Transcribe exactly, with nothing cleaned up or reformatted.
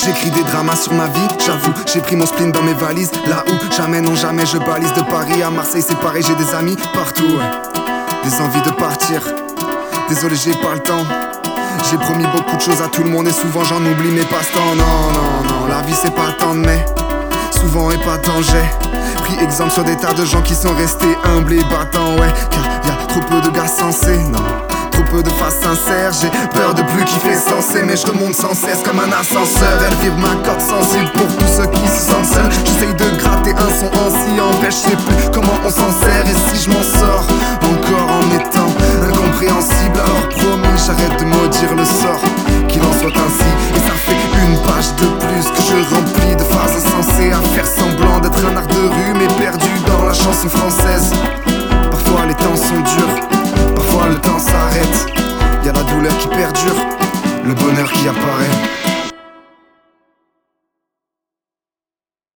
J'écris des dramas sur ma vie, j'avoue. J'ai pris mon spleen dans mes valises. Là où jamais, non jamais, je balise. De Paris à Marseille, c'est pareil, j'ai des amis partout, ouais. Des envies de partir. Désolé, j'ai pas le temps. J'ai promis beaucoup de choses à tout le monde et souvent j'en oublie mes passe-temps. Non, non, non, la vie c'est pas tant de mais souvent et pas tant j'ai pris exemple sur des tas de gens qui sont restés humbles et battants, ouais. Car y'a trop peu de gars sensés, non. Trop peu de faces sincères, j'ai peur de plus kiffer censé. Mais je remonte sans cesse comme un ascenseur. Elle vibre ma corde sensible pour tous ceux qui se sentent seuls. J'essaye de gratter un son ainsi empêche, je sais plus comment on s'en sert. Et si je m'en sors encore en étant incompréhensible, alors promis j'arrête de maudire le sort. Qu'il en soit ainsi, et ça fait une page de plus que je remplis de phrases insensées à faire semblant d'être un art de rue mais perdu dans la chanson française. Parfois les temps sont durs, parfois le temps s'arrête. Y'a la douleur qui perdure, le bonheur qui apparaît.